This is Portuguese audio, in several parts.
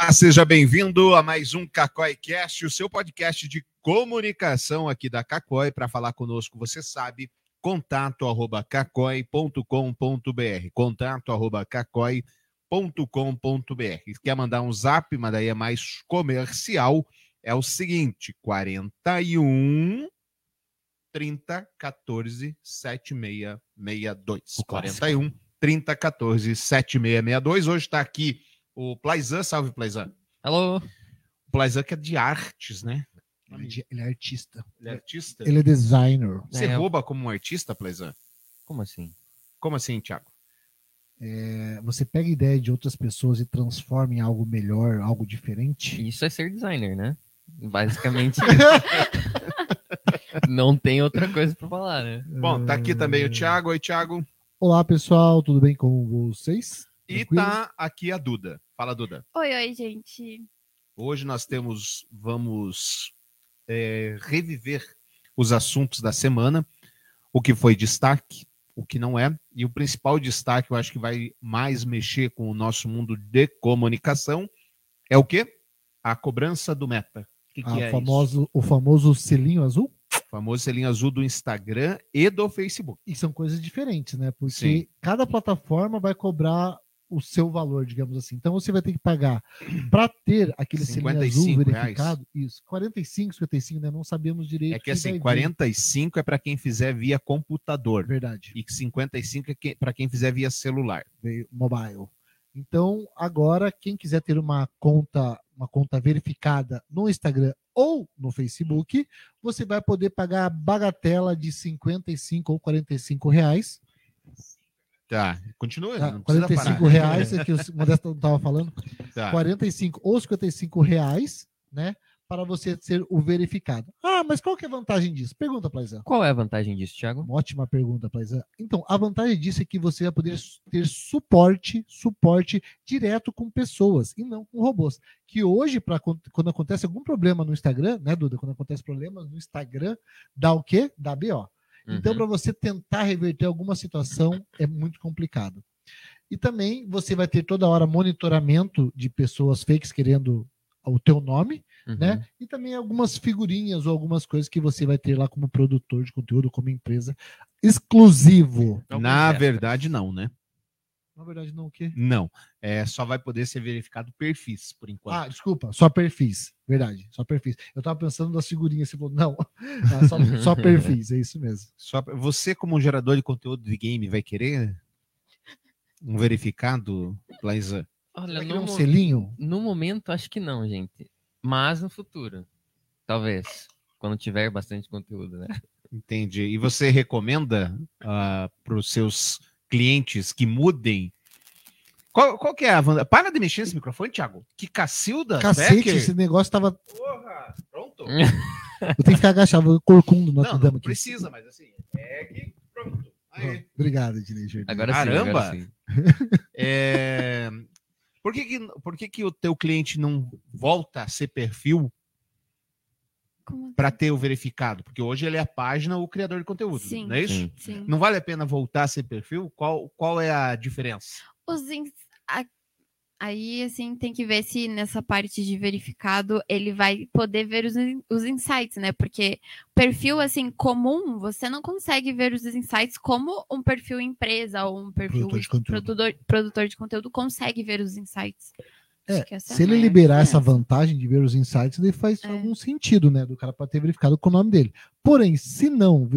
Seja bem-vindo a mais um CacóiCast, o seu podcast de comunicação aqui da Cacói. Para falar conosco, você sabe, contato@cacói.com.br, contato@cacói.com.br. Quer mandar um zap, mas daí é mais comercial, é o seguinte, 41 30 14 7662. 41 30 14 7662. Hoje está aqui o Plaizan. Salve, Plaizan. Alô. O Plaizan que é de artes, né? Ele é artista. Ele é artista? Ele é designer. Você rouba como um artista, Plaizan? Como assim? Como assim, Thiago? Você pega ideia de outras pessoas e transforma em algo melhor, algo diferente? Isso é ser designer, né? Basicamente. Não tem outra coisa pra falar, né? Bom, tá aqui também o Thiago. Oi, Thiago. Olá, pessoal. Tudo bem com vocês? E Tranquilo? tá aqui a Duda. Fala, Duda. Oi, gente. Hoje nós vamos reviver os assuntos da semana, o que foi destaque, o que não é, e o principal destaque, eu acho que vai mais mexer com o nosso mundo de comunicação, é o quê? A cobrança do Meta. O que é isso? O famoso selinho azul? O famoso selinho azul do Instagram e do Facebook. E são coisas diferentes, né? Porque Sim. cada plataforma vai cobrar o seu valor, digamos assim. Então você vai ter que pagar para ter aquele selinho azul verificado. Isso, 45, 55, né? Não sabemos direito. É que assim, 45 é para quem fizer via computador. Verdade. E 55 é para quem fizer via celular. Mobile. Então, agora, quem quiser ter uma conta verificada no Instagram ou no Facebook, você vai poder pagar a bagatela de 55 ou 45 reais. Tá, continua. Tá, não precisa 45 parar. reais, é que o Modesto não estava falando. Tá. 45 ou 55 reais, né? Para você ser o verificado. Ah, mas qual que é a vantagem disso? Pergunta, Plaizan. Qual é a vantagem disso, Thiago? Uma ótima pergunta, Plaizan. Então, a vantagem disso é que você vai poder ter suporte direto com pessoas e não com robôs. Que hoje, quando acontece algum problema no Instagram, né, Duda? Quando acontece problemas no Instagram, dá o quê? Dá BO. Então, para você tentar reverter alguma situação, é muito complicado. E também você vai ter toda hora monitoramento de pessoas fakes querendo o teu nome, né? E também algumas figurinhas ou algumas coisas que você vai ter lá como produtor de conteúdo, como empresa exclusivo. Na verdade, não, né? Na verdade, não o quê? Não. Só vai poder ser verificado perfis, por enquanto. Ah, desculpa, só perfis. Verdade, só perfis. Eu tava pensando nas figurinhas, você falou, não, só perfis, é isso mesmo. Você, como gerador de conteúdo de game, vai querer um verificado, Plaizan? Olha, um selinho? No momento, acho que não, gente. Mas no futuro. Talvez. Quando tiver bastante conteúdo, né? Entendi. E você recomenda para os seus clientes que mudem? Qual que é a vantagem? Para de mexer nesse microfone, Thiago. Que cacilda. Cacete, Becker. esse negócio tava... Porra, pronto. Eu tenho que ficar agachado, corcundo. Não precisa, mas assim, que pronto. Aí. Obrigado, Ednei. Agora Caramba. sim. Por que o teu cliente não volta a ser perfil para ter o verificado? Porque hoje ele é a página, o criador de conteúdo, Sim, não é isso? Sim. Não vale a pena voltar a ser perfil? Qual é a diferença? Aí, assim, tem que ver se nessa parte de verificado ele vai poder ver os insights, né? Porque perfil, assim, comum, você não consegue ver os insights como um perfil empresa ou um perfil produtor de conteúdo consegue ver os insights. Se ele liberar essa vantagem de ver os insights, ele faz algum sentido, né? Do cara para ter verificado com o nome dele. Porém, se não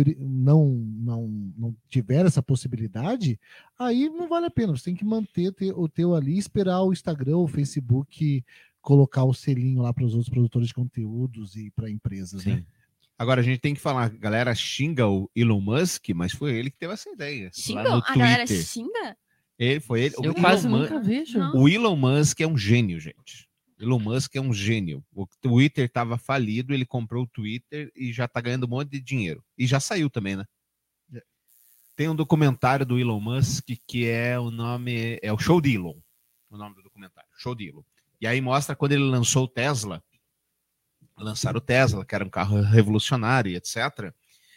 tiver essa possibilidade, aí não vale a pena. Você tem que manter o teu ali, esperar o Instagram, o Facebook colocar o selinho lá para os outros produtores de conteúdos e para empresas, né? Agora a gente tem que falar, a galera xinga o Elon Musk, mas foi ele que teve essa ideia. Xinga? Lá no a galera xinga? Ele. Eu quase nunca vejo. O Elon Musk é um gênio, gente. Elon Musk é um gênio. O Twitter estava falido, ele comprou o Twitter e já está ganhando um monte de dinheiro. E já saiu também, né? Tem um documentário do Elon Musk que é o Show de Elon. O nome do documentário, Show de Elon. E aí mostra quando ele lançou o Tesla. Lançaram o Tesla, que era um carro revolucionário, etc.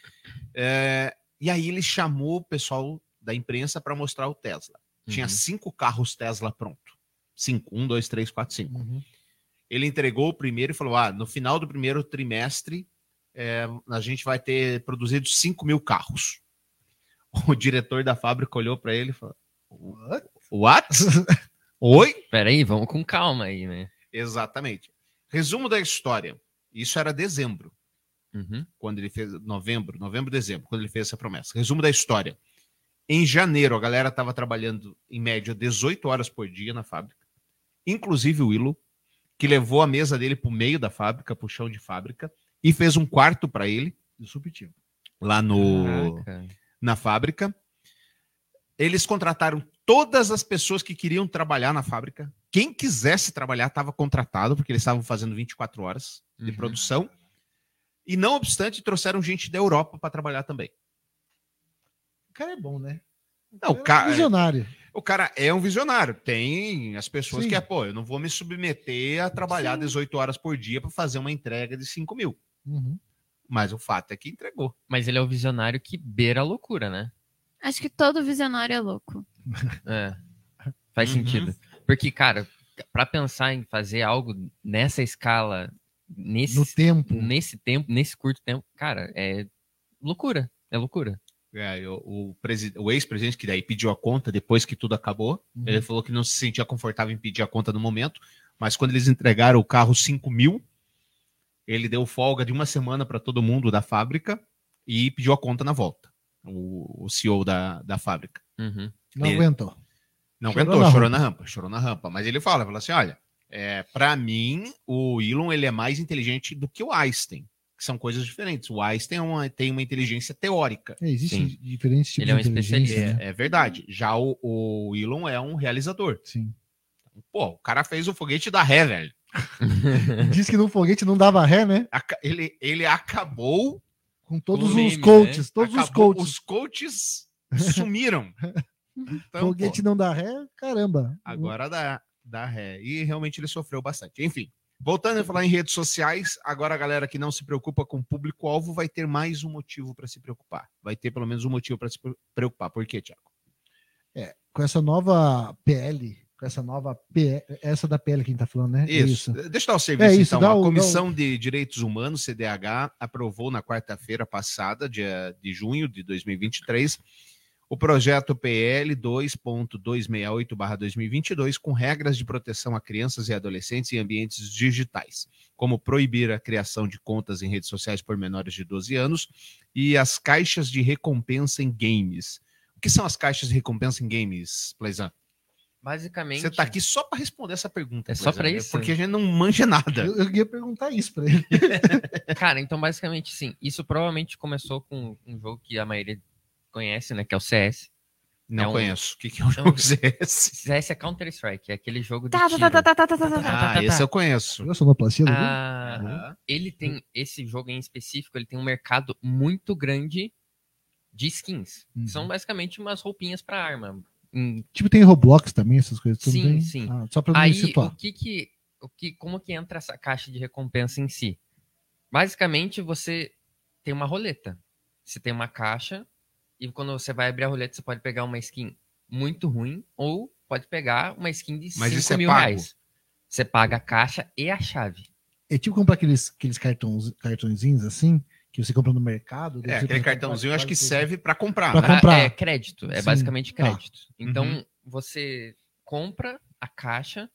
E aí ele chamou o pessoal da imprensa para mostrar o Tesla. Tinha 5 carros Tesla pronto. 5. 1, 2, 3, 4, 5. Ele entregou o primeiro e falou: no final do primeiro trimestre, a gente vai ter produzido 5 mil carros. O diretor da fábrica olhou para ele e falou: What? Oi? Peraí, vamos com calma aí, né? Exatamente. Resumo da história. Isso era dezembro, Uhum. quando ele fez novembro, dezembro, quando ele fez essa promessa. Resumo da história. Em janeiro, a galera estava trabalhando em média 18 horas por dia na fábrica, inclusive o Willow, que levou a mesa dele para o meio da fábrica, para o chão de fábrica, e fez um quarto para ele, Disruptivo. lá Caraca. na fábrica. Eles contrataram todas as pessoas que queriam trabalhar na fábrica. Quem quisesse trabalhar estava contratado, porque eles estavam fazendo 24 horas de Uhum. produção. E não obstante, trouxeram gente da Europa para trabalhar também. O cara é bom, né? Não, É um visionário. o cara é um visionário. Tem as pessoas Sim. que eu não vou me submeter a trabalhar Sim. 18 horas por dia para fazer uma entrega de 5 mil. Uhum. Mas o fato é que entregou. Mas ele é o visionário que beira a loucura, né? Acho que todo visionário é louco. É. Faz Uhum. sentido. Porque, cara, pra pensar em fazer algo nessa escala, No tempo. nesse tempo, nesse curto tempo, cara, é loucura. É loucura. O ex-presidente, que daí pediu a conta depois que tudo acabou, Uhum. ele falou que não se sentia confortável em pedir a conta no momento, mas quando eles entregaram o carro 5 mil, ele deu folga de uma semana para todo mundo da fábrica e pediu a conta na volta. O CEO da fábrica. Uhum. Não Ele- aguentou. Não Chorou aguentou, na chorou na rampa. Mas ele falou assim, olha, para mim, o Elon ele é mais inteligente do que o Einstein, que são coisas diferentes. O Einstein tem uma inteligência teórica. Existem Sim. diferentes tipos Ele é um de inteligência, especialista. né? É verdade. Já o Elon é um realizador. Sim. Pô, o cara fez o foguete da ré, velho. Diz que no foguete não dava ré, né? Ele acabou. Com todos Com os meme, coaches. né? Todos os acabou, coaches. Os coaches sumiram. Então, Foguete pô, não dá ré, caramba. agora dá ré. E realmente ele sofreu bastante. Enfim, voltando a falar em redes sociais, agora a galera que não se preocupa com o público-alvo vai ter mais um motivo para se preocupar. Vai ter pelo menos um motivo para se preocupar. Por quê, Thiago? Com essa nova PL, essa da PL que a gente tá falando, né? Isso. Deixa eu dar o serviço, isso, então. dá A o- Comissão de Direitos Humanos, CDH, aprovou na quarta-feira passada, dia de junho de 2023, o projeto PL 2.268/2022, com regras de proteção a crianças e adolescentes em ambientes digitais, como proibir a criação de contas em redes sociais por menores de 12 anos e as caixas de recompensa em games. O que são as caixas de recompensa em games, Pleizan? Basicamente. Você tá aqui só para responder essa pergunta. É só Pleizan, pra né? isso? Porque a gente não manja nada. Eu ia perguntar isso pra ele. Cara, então basicamente sim. Isso provavelmente começou com um jogo que a maioria conhece, né? Que é o CS. Não É um- conheço. O que é o é um- jogo CS? CS é Counter-Strike, é aquele jogo de Tá, tiro. tá, tá, tá, tá, tá, tá, tá, tá. Ah, esse eu conheço. Eu sonoplastia do jogo? Ah, Aham. ele tem, esse jogo em específico, ele tem um mercado muito grande de skins. Uhum. São basicamente umas roupinhas pra arma. Tipo, tem Roblox também, essas coisas. tudo Sim, bem? sim. Ah, só pra me Aí, situar. como que entra essa caixa de recompensa em si? Basicamente, você tem uma roleta. Você tem uma caixa e quando você vai abrir a roleta, você pode pegar uma skin muito ruim ou pode pegar uma skin de Mas isso 5 é mil pago? reais. Você paga a caixa e a chave. É tipo comprar aqueles cartõezinhos assim, que você compra no mercado. daí você Aquele tem cartãozinho eu acho que quase- serve para comprar. Pra né? comprar. É crédito, é Sim. basicamente Tá. crédito. Então, Uhum. você compra a caixa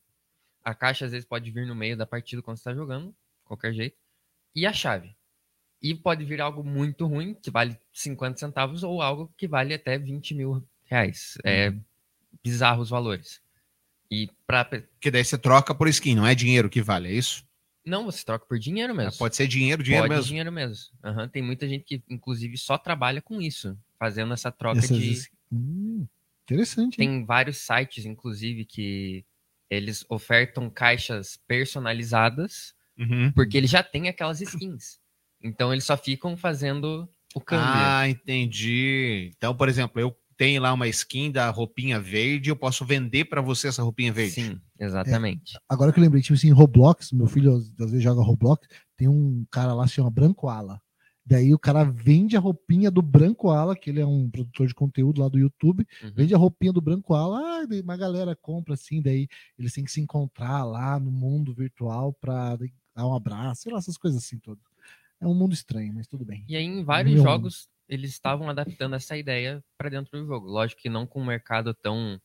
às vezes pode vir no meio da partida quando você tá jogando, qualquer jeito, e a chave. E pode vir algo muito ruim, que vale 50 centavos, ou algo que vale até 20 mil reais. É bizarro os valores. E Porque daí você troca por skin, não é dinheiro que vale, é isso? não, você troca por dinheiro mesmo. Pode ser dinheiro Pode mesmo. dinheiro mesmo. Aham, tem muita gente que, inclusive, só trabalha com isso, fazendo essa troca Essas- de... Interessante. hein? Tem vários sites, inclusive, que eles ofertam caixas personalizadas, Uhum. porque eles já têm aquelas skins. Então, eles só ficam fazendo o câmbio. Ah, entendi. Então, por exemplo, eu tenho lá uma skin da roupinha verde, eu posso vender para você essa roupinha verde. Sim, exatamente. Agora que eu lembrei, tipo assim, Roblox, meu filho às vezes joga Roblox, tem um cara lá que se chama Branco Ala. Daí o cara vende a roupinha do Branco Ala, que ele é um produtor de conteúdo lá do YouTube, vende a roupinha do Branco Ala, daí uma galera compra assim, daí eles têm que se encontrar lá no mundo virtual pra dar um abraço, sei lá, essas coisas assim todas. É um mundo estranho, mas tudo bem. E aí, em vários jogos, eles estavam adaptando essa ideia para dentro do jogo. Lógico que não com um mercado tão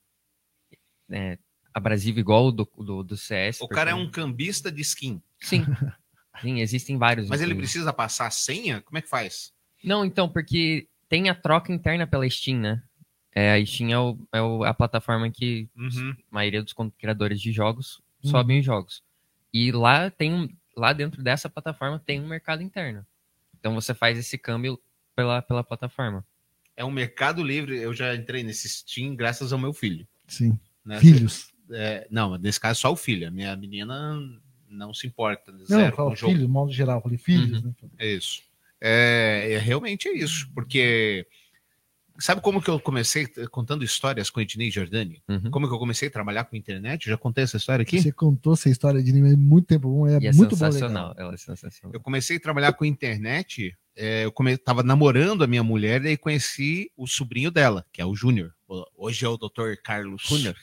abrasivo igual o do CS. O cara é um cambista de skin. Sim. Sim, existem vários. Mas ele precisa passar a senha? Como é que faz? Não, então, porque tem a troca interna pela Steam, né? A Steam é a plataforma que a maioria dos criadores de jogos sobem os jogos. E lá dentro dessa plataforma tem um mercado interno. Então você faz esse câmbio pela plataforma. É um mercado livre. Eu já entrei nesse Steam graças ao meu filho. Sim. Né? Filhos. Não, nesse caso só o filho. A minha menina não se importa. Não, eu falo filho, de modo geral. Eu falei filhos, né? É isso. Realmente é isso. Porque sabe como que eu comecei contando histórias com Ednei Jordani? Como que eu comecei a trabalhar com internet? Eu já contei essa história aqui? Você contou essa história de há muito tempo. É muito sensacional. Ela é sensacional. Eu comecei a trabalhar com internet. Eu tava namorando a minha mulher e conheci o sobrinho dela, que é o Júnior. Hoje é o Dr. Carlos. Júnior.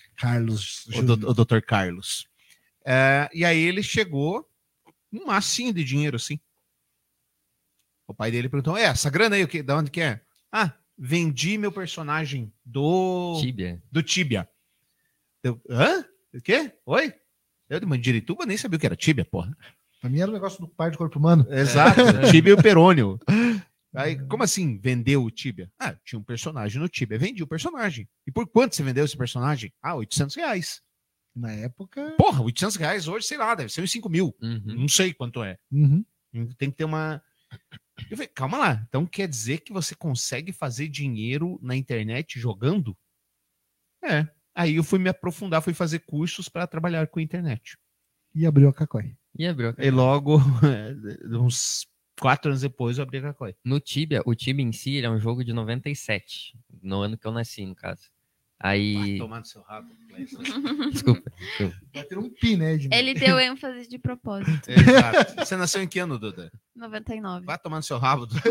O Dr. Carlos. E aí ele chegou um massinho de dinheiro, assim. O pai dele perguntou, essa grana aí, da onde que é? Vendi meu personagem do Tibia. Hã? O quê? Oi? Eu de Mandirituba nem sabia o que era Tibia, porra. Pra mim era um negócio do par de corpo humano. Exato, Tibia e o Perônio. Aí, como assim, vendeu o Tibia? Tinha um personagem no Tibia, vendi o personagem. E por quanto você vendeu esse personagem? R$800. Na época... Porra, R$800 hoje, sei lá, deve ser uns 5 mil. Não sei quanto é. Tem que ter uma... Eu falei, calma lá, então quer dizer que você consegue fazer dinheiro na internet jogando? Aí eu fui me aprofundar, fui fazer cursos para trabalhar com internet. E abriu a Cacói. E logo, uns 4 anos depois, eu abri a Cacói. No Tibia, o Tibia em si, ele é um jogo de 97, no ano que eu nasci, no caso. Aí... Vai tomar no seu rabo. Desculpa. Vai ter um pi, né, Edmir? Ele deu ênfase de propósito. Exato. Você nasceu em que ano, Duda? 99. Vai tomar no seu rabo, Duda.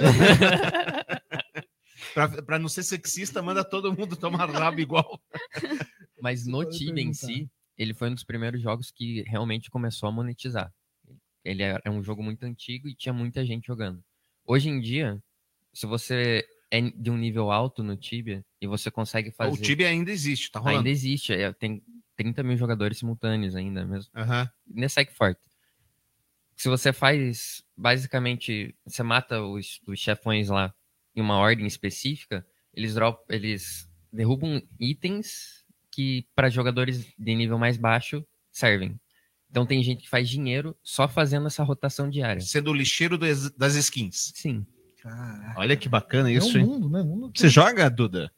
Pra não ser sexista, manda todo mundo tomar rabo igual. Mas no Tibia em si, ele foi um dos primeiros jogos que realmente começou a monetizar. Ele é um jogo muito antigo e tinha muita gente jogando. Hoje em dia, se você é de um nível alto no Tibia e você consegue fazer... O Tibia ainda existe, tá rolando. Ainda existe, tem 30 mil jogadores simultâneos ainda mesmo. Ainda segue forte. Se você faz, basicamente, você mata os chefões lá em uma ordem específica, eles derrubam itens que para jogadores de nível mais baixo servem. Então tem gente que faz dinheiro só fazendo essa rotação diária. Sendo o lixeiro das skins. Sim. Caraca. Olha que bacana isso, é um hein? mundo, né? Você joga, Duda?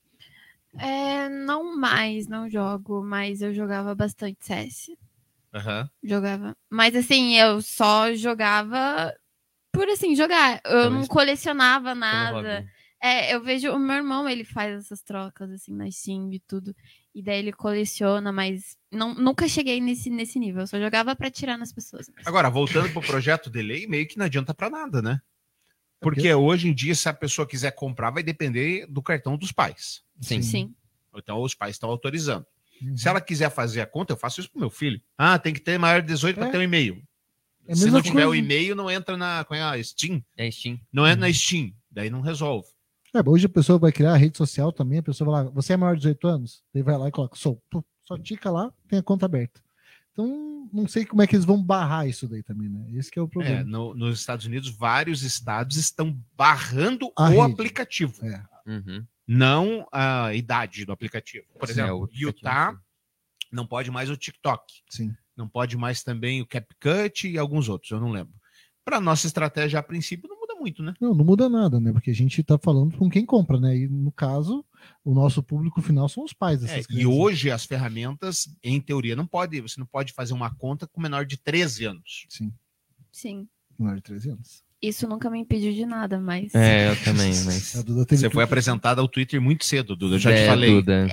Não jogo, mas eu jogava bastante CS. Aham. Jogava. Mas assim, eu só jogava por assim, jogar. Eu não colecionava nada. Eu vejo o meu irmão, ele faz essas trocas assim na Steam e tudo. E daí ele coleciona, mas nunca cheguei nesse nível. Eu só jogava pra atirar nas pessoas. Agora, voltando pro projeto de lei, meio que não adianta pra nada, né? Porque hoje em dia, se a pessoa quiser comprar, vai depender do cartão dos pais. Sim. Então, os pais estão autorizando. Se ela quiser fazer a conta, eu faço isso pro meu filho. Tem que ter maior de 18 para ter um e-mail. Se não tiver o e-mail, não entra na Steam. É Steam. Não é na Steam. Daí não resolve. Hoje a pessoa vai criar a rede social também, a pessoa vai lá, você é maior de 18 anos? Daí vai lá e coloca, só tica lá, tem a conta aberta. Então, não sei como é que eles vão barrar isso daí também, né? Esse que é o problema. Nos Estados Unidos, vários estados estão barrando a o rede. aplicativo. Uhum. Não a idade do aplicativo. Por exemplo, o Utah não pode mais o TikTok. Sim. Não pode mais também o CapCut e alguns outros, eu não lembro. Para nossa estratégia, a princípio, não muda muito, né? Não muda nada, né? Porque a gente tá falando com quem compra, né? E no caso, o nosso público final são os pais dessas crianças. E hoje as ferramentas, em teoria, você não pode fazer uma conta com menor de 13 anos. Sim. Menor de 13 anos. Isso nunca me impediu de nada, mas... Eu também, mas... Você foi apresentada ao Twitter muito cedo, Duda, eu já te falei. Duda.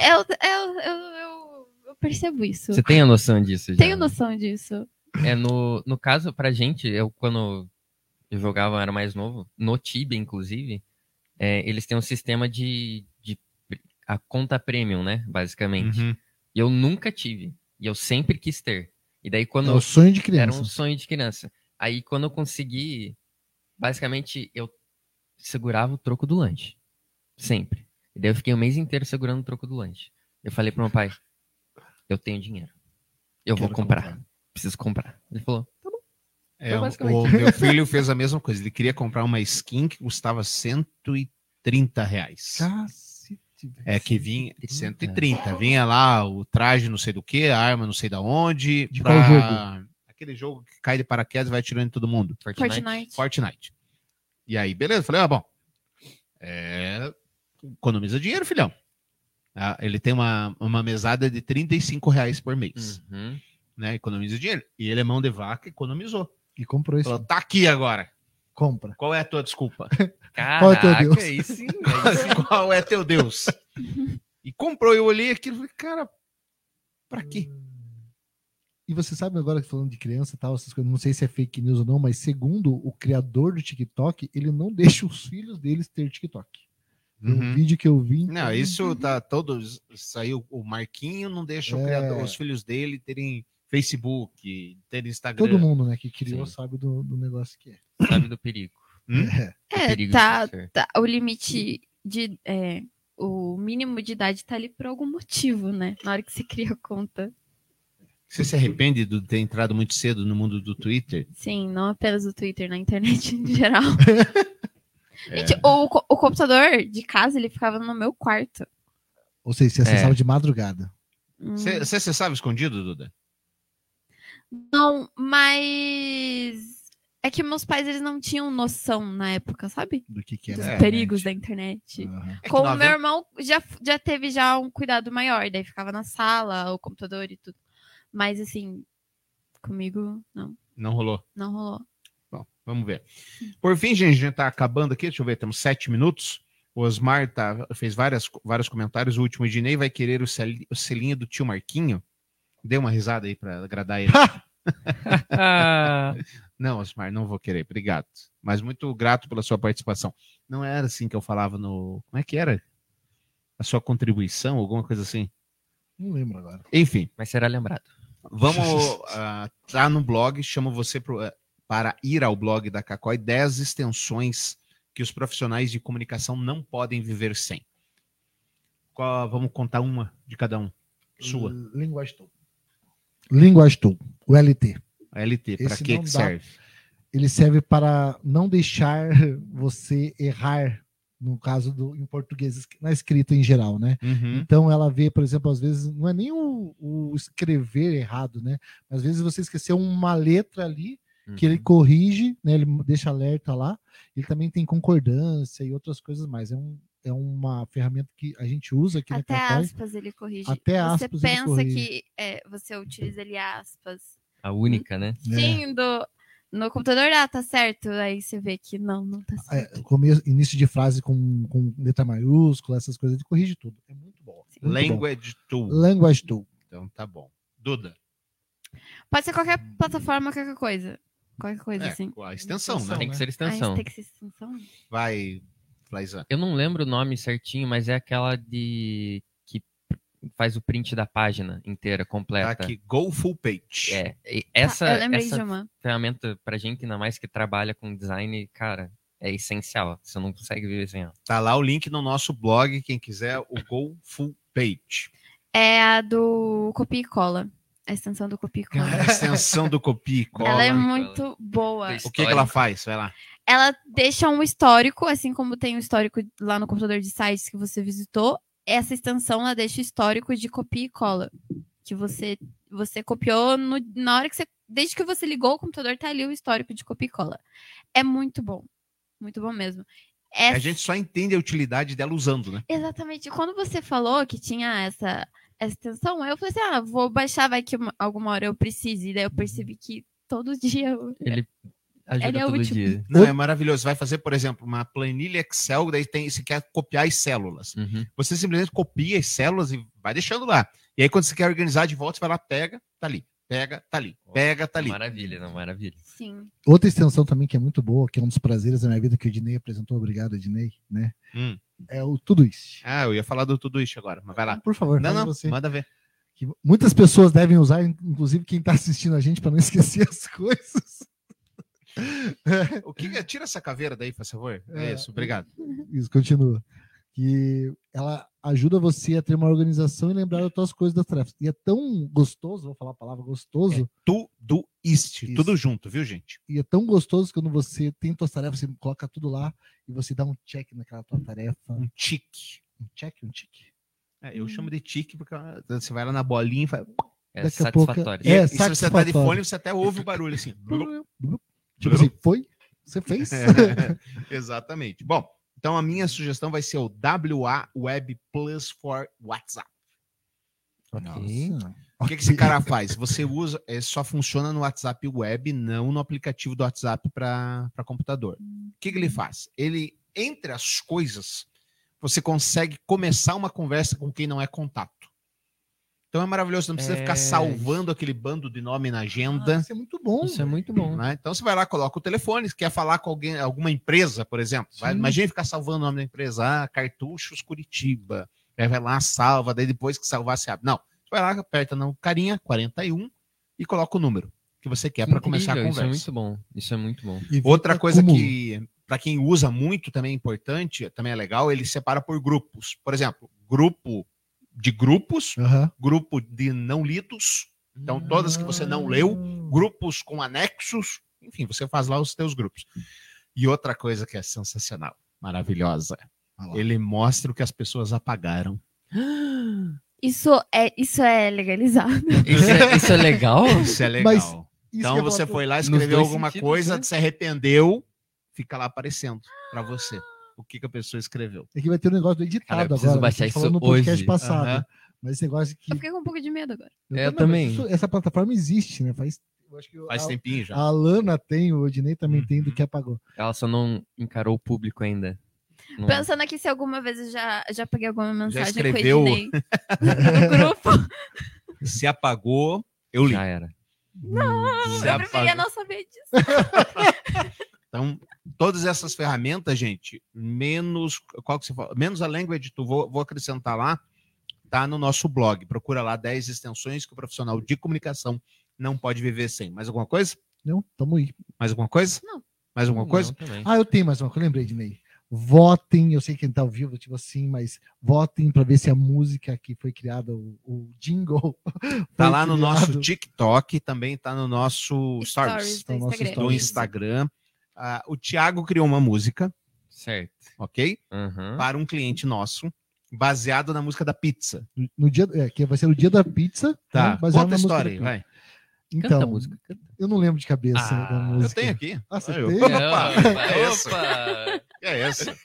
Eu percebo isso. Você tem a noção disso já? Tenho noção disso. No caso, pra gente, quando eu jogava, era mais novo, no Tibia, inclusive, eles têm um sistema de a conta premium, né, basicamente. Uhum. E eu nunca tive, e eu sempre quis ter. E daí quando É o sonho de era criança. um sonho de criança. Aí quando eu consegui, basicamente eu segurava o troco do lanche, sempre. E daí eu fiquei o mês inteiro segurando o troco do lanche. Eu falei pro meu pai, eu tenho dinheiro, eu vou Quero comprar, preciso comprar. Ele falou, É, basicamente. o meu filho fez a mesma coisa. Ele queria comprar uma skin que custava R$130. Cacete, velho. É que vinha 130. 130. Vinha lá o traje não sei do que, a arma não sei da onde. De qual jogo? Aquele jogo que cai de paraquedas e vai tirando em todo mundo. Fortnite. Fortnite. E aí, beleza. Falei, bom. Economiza dinheiro, filhão. Ele tem uma mesada de R$35 por mês. Uhum. Né? Economiza dinheiro. E ele é mão de vaca, economizou. E comprou isso. Falou, tá aqui agora. Compra. Qual é a tua desculpa? Qual é teu Caraca, Deus? aí sim. Aí sim. Qual é teu Deus? E comprou. Eu olhei aquilo e falei, cara, pra quê? E você sabe agora que falando de criança e tal, essas coisas, não sei se é fake news ou não, mas segundo o criador do TikTok, ele não deixa os filhos deles ter TikTok. Um vídeo que eu vi. Não, isso tá todos. Saiu o Marquinho, não deixa os filhos dele terem Facebook, terem Instagram. Todo mundo, né, que criou Sim. sabe do negócio que é. Sabe do perigo. É. Perigo Tá, de ser. o limite de. O mínimo de idade tá ali por algum motivo, né? Na hora que você cria a conta. Você se arrepende de ter entrado muito cedo no mundo do Twitter? Sim, não apenas o Twitter, na internet em geral. Gente, o computador de casa, ele ficava no meu quarto. Ou seja, você acessava de madrugada. Você acessava escondido, Duda? Não, mas é que meus pais eles não tinham noção na época, sabe? Do que Dos era. perigos da internet. Aham. É que Com o 90 meu irmão já teve já um cuidado maior, daí ficava na sala, o computador e tudo. Mas assim, comigo Não rolou. não rolou. Bom, vamos ver. Por fim, gente, a gente tá acabando aqui. Deixa eu ver, temos 7 minutos. O Osmar fez vários comentários. O último, Ednei vai querer o selinho do tio Marquinho. Dê uma risada aí pra agradar ele. Não, Osmar, não vou querer. Obrigado. Mas muito grato pela sua participação. Não era assim que eu falava no... Como é que era? A sua contribuição, alguma coisa assim? Não lembro agora. Enfim, Mas será lembrado. vamos... tá no blog, chamo você para ir ao blog da Cacói, 10 extensões que os profissionais de comunicação não podem viver sem. Vamos contar uma de cada um. Sua. Linguage Tool. Linguage Tool, o LT. A LT, para Esse que não dá. serve? Ele serve para não deixar você errar, no caso em português, na escrita em geral, né? Uhum. Então ela vê, por exemplo, às vezes, não é nem o escrever errado, né? Às vezes você esqueceu uma letra ali, que ele corrige, né? Ele deixa alerta lá. Ele também tem concordância e outras coisas mais. É uma ferramenta que a gente usa aqui Até na Cacói. aspas ele corrige. Até você aspas ele pensa corrige. que você utiliza ali aspas. A única, né? Sim, no computador tá certo. Aí você vê que não tá certo. Início de frase com letra maiúscula, essas coisas, ele corrige tudo. É muito bom. Muito Language Tool. bom. Language Tool. Então tá bom. Duda. Pode ser qualquer plataforma, qualquer coisa. Qualquer coisa, assim. A extensão, né? Tem que ser Ah, extensão. isso tem que ser extensão? Vai, Flaizan. Eu não lembro o nome certinho, mas é aquela que faz o print da página inteira, Tá completa. aqui, Go Full Page. Eu lembrei de essa uma. ferramenta pra gente, ainda mais que trabalha com design, cara, é essencial. Você não consegue viver sem ela. Tá lá o link no nosso blog, quem quiser, o Go Full Page. É a do Copia e Cola. A extensão do Copia e Cola. A extensão do Copia e Cola. Ela é Cola. muito boa. O que ela faz? Vai lá. Ela deixa um histórico, assim como tem um histórico lá no computador de sites que você visitou. Essa extensão, ela deixa histórico de copia e cola. Que você copiou na hora que você... Desde que você ligou o computador, tá ali o histórico de copia e cola. É muito bom. Muito bom mesmo. A gente só entende a utilidade dela usando, né? Exatamente. Quando você falou que tinha essa extensão, eu falei assim, vou baixar, vai que alguma hora eu precise. E daí eu percebi que todo dia... Ele ajuda Ele é todo útil. dia. Não, é maravilhoso. Você vai fazer, por exemplo, uma planilha Excel, daí você quer copiar as células. Uhum. Você simplesmente copia as células e vai deixando lá. E aí, quando você quer organizar de volta, você vai lá, pega, tá ali. Pega, tá ali. Pega, tá ali. Maravilha, não, maravilha. Sim. Outra extensão também que é muito boa, que é um dos prazeres da minha vida que o Ednei apresentou, obrigado, Ednei, né? É o Todoist. Ah, eu ia falar do Todoist agora, mas vai lá. Por favor, Não, fala não, você. manda ver. Que muitas pessoas devem usar, inclusive quem está assistindo a gente, para não esquecer as coisas. Tira essa caveira daí, por favor. É. Isso, obrigado. Isso, continua. Que ela ajuda você a ter uma organização e lembrar das suas coisas, das tarefas. E é tão gostoso, vou falar a palavra gostoso. Todoist, Isso. tudo junto, viu, gente? E é tão gostoso quando você tem suas tarefas, você coloca tudo lá e você dá um check naquela tua tarefa. Um tique. Um check, um tique. Eu chamo de tique porque você vai lá na bolinha e faz... É Daqui a pouco- satisfatório. É, e se você tá de satisfatório. fone, você até ouve o barulho assim. Tipo assim, foi? Você fez? Exatamente. Bom, então a minha sugestão vai ser o WA Web Plus for WhatsApp. Nossa. O que esse cara faz? Você usa, só funciona no WhatsApp web, não no aplicativo do WhatsApp para computador. O que ele faz? Ele, entre as coisas, você consegue começar uma conversa com quem não é contato. Então é maravilhoso, não precisa ficar salvando aquele bando de nome na agenda. Isso é muito bom. Isso é muito bom. Né? Então você vai lá, coloca o telefone, se quer falar com alguém, alguma empresa, por exemplo. Imagina ficar salvando o nome da empresa, Cartuchos Curitiba. Aí vai lá, salva, daí depois que salvar, você abre. Não, você vai lá, aperta no carinha 41 e coloca o número que você quer para começar a Incrível, conversa. Isso é muito bom. Isso é muito bom. E Outra fica coisa como- que, para quem usa muito, também é importante, também é legal, ele separa por grupos. Por exemplo, grupo de grupos, Aham. grupo de não lidos, então todas que você não leu, grupos com anexos, enfim, você faz lá os teus grupos. E outra coisa que é sensacional, maravilhosa, Olha lá. ele mostra o que as pessoas apagaram. Isso é legalizado. Isso é legal? Isso é legal. Mas Isso Então que eu você falo- foi lá, Nos escreveu dois alguma sentidos, coisa, né? se arrependeu, fica lá aparecendo para você o que a pessoa escreveu. Aqui vai ter um negócio do editado Cara, eu preciso agora. baixar a gente isso falou no podcast hoje. passado. Aham. Mas esse negócio que. Eu fiquei com um pouco de medo agora. Eu mas também. essa plataforma existe, né? Eu acho que Faz tempinho já. a Alana tem, o Odinei também tem, do que apagou. Ela só não encarou o público ainda. Não- Pensando aqui se alguma vez eu já peguei alguma mensagem escreveu? com o Ednei no grupo. Se apagou, eu li. Já era. Se Eu preferia apagou. não saber disso. Então, todas essas ferramentas, gente, menos qual que você fala? Menos a Language Tool, vou acrescentar lá, tá no nosso blog. Procura lá 10 extensões que o profissional de comunicação não pode viver sem. Mais alguma coisa? Não, tamo aí. Mais alguma coisa? Não. Mais alguma coisa? Não, também. Ah, eu tenho mais uma coisa, eu lembrei, Ednei. Votem, eu sei que quem tá ao vivo, tipo assim, mas votem para ver se a música que foi criada, o jingle. Tá foi lá no criado. nosso TikTok, também tá no nosso Stories do no nosso Instagram. do Stories. Instagram. O Thiago criou uma música, Certo. ok? Aham. Para um cliente nosso, baseado na música da pizza. No dia, que vai ser o dia da pizza. Tá, né, baseado conta a na música história da aí, pizza. vai. Canta Então, a música. Canta. eu não lembro de cabeça da Eu música. tenho aqui. Ah, você Eu- tem? Opa, é essa? Opa! Que é essa?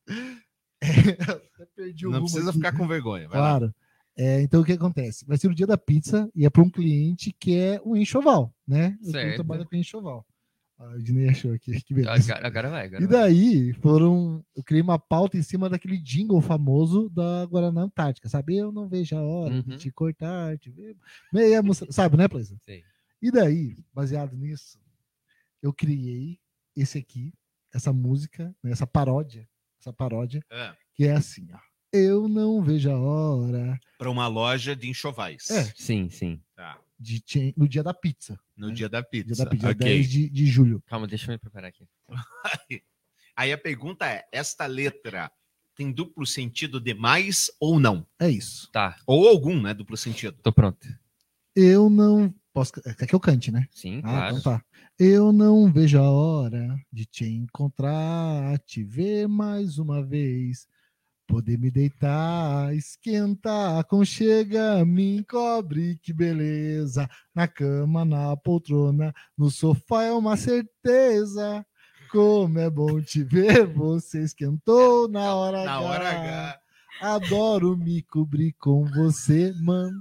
Até perdi o Não rumo precisa aqui. ficar com vergonha. Vai lá. Claro. Então, o que acontece? Vai ser o dia da pizza e é para um cliente que é o enxoval, né? Eu Certo. trabalho com enxoval. O Dinei achou aqui, que beleza. Agora vai. Agora E daí, eu criei uma pauta em cima daquele jingle famoso da Guaraná Antártica, sabe? Eu não vejo a hora de Uhum. te cortar, te ver. Meia moça, sabe, né, Plaisa? Sei. E daí, baseado nisso, eu criei esse aqui, essa música, né, essa paródia, É. que é assim, ó. Eu não vejo a hora Para uma loja de enxovais. É. Sim, sim. Tá. no dia da pizza. No dia da pizza. Dia da pizza, Ok. 10 de julho. Calma, deixa eu me preparar aqui. Aí a pergunta é: esta letra tem duplo sentido demais ou não? É isso. Tá, Ou algum, né? Duplo sentido. tô pronto. Eu não. Quer que eu cante, né? Sim, Ah, claro. então tá. Eu não vejo a hora de te encontrar, te ver mais uma vez. Poder me deitar, esquentar, aconchega, me encobre, que beleza. Na cama, na poltrona, no sofá é uma certeza. Como é bom te ver, você esquentou na hora Na hora H. Adoro me cobrir com você, manta.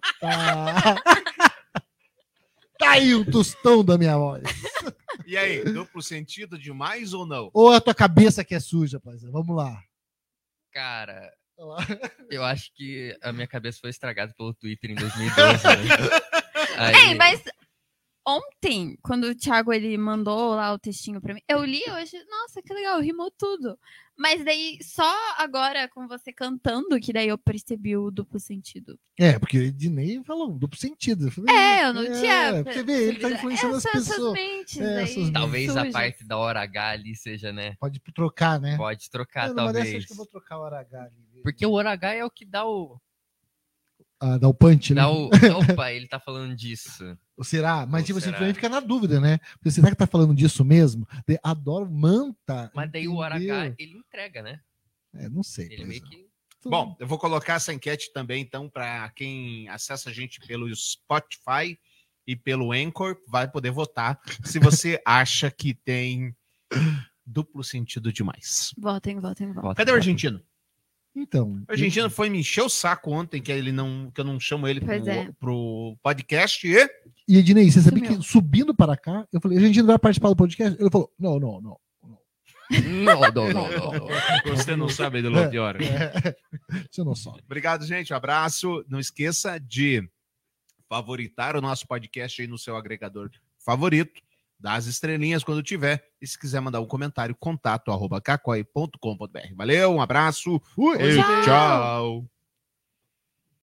Tá aí o tostão da minha voz. E aí, duplo sentido demais ou não? Ou a tua cabeça que é suja, parceiro. Vamos lá. Cara, Vamos lá. eu acho que a minha cabeça foi estragada pelo Twitter em 2012. Né? Aí, Ei, mas ontem, quando o Thiago ele mandou lá o textinho pra mim, eu li hoje, nossa, que legal, rimou tudo. Mas daí, só agora com você cantando, que daí eu percebi o duplo sentido. Porque o Ednei falou um duplo sentido. Eu falei, Eu não tinha. Você vê, ele tá influenciando as pessoas. Mentes essas mentes. Talvez a sujas. parte da hora H ali seja, né? Pode trocar, né? Pode trocar, Mas dessa talvez. acho que eu vou trocar o hora H ali. Porque o hora H é o que dá o. Dá o punch, né? Opa, ele tá falando disso. Ou será? Mas Ou tipo assim, será? também fica na dúvida, né? Porque será que tá falando disso mesmo? Adoro manta. Mas daí o hora H, ele entrega, né? Não sei. Ele meio que. Bom, eu vou colocar essa enquete também, então, para quem acessa a gente pelo Spotify e pelo Anchor, vai poder votar se você acha que tem duplo sentido demais. Votem. Cadê o argentino? Então. O argentino foi me encher o saco ontem, que eu não chamo ele Pois é. pro podcast. E E Ednei, você sabia Sumiu. que subindo para cá, eu falei, a gente não vai participar do podcast? Ele falou, não. Não. você não sabe de lo pior. Você não sabe. Obrigado, gente. Um abraço. Não esqueça de favoritar o nosso podcast aí no seu agregador favorito. Dá as estrelinhas quando tiver. E se quiser mandar um comentário, contato@cacoi.com.br. Valeu, um abraço. Fui. E tchau.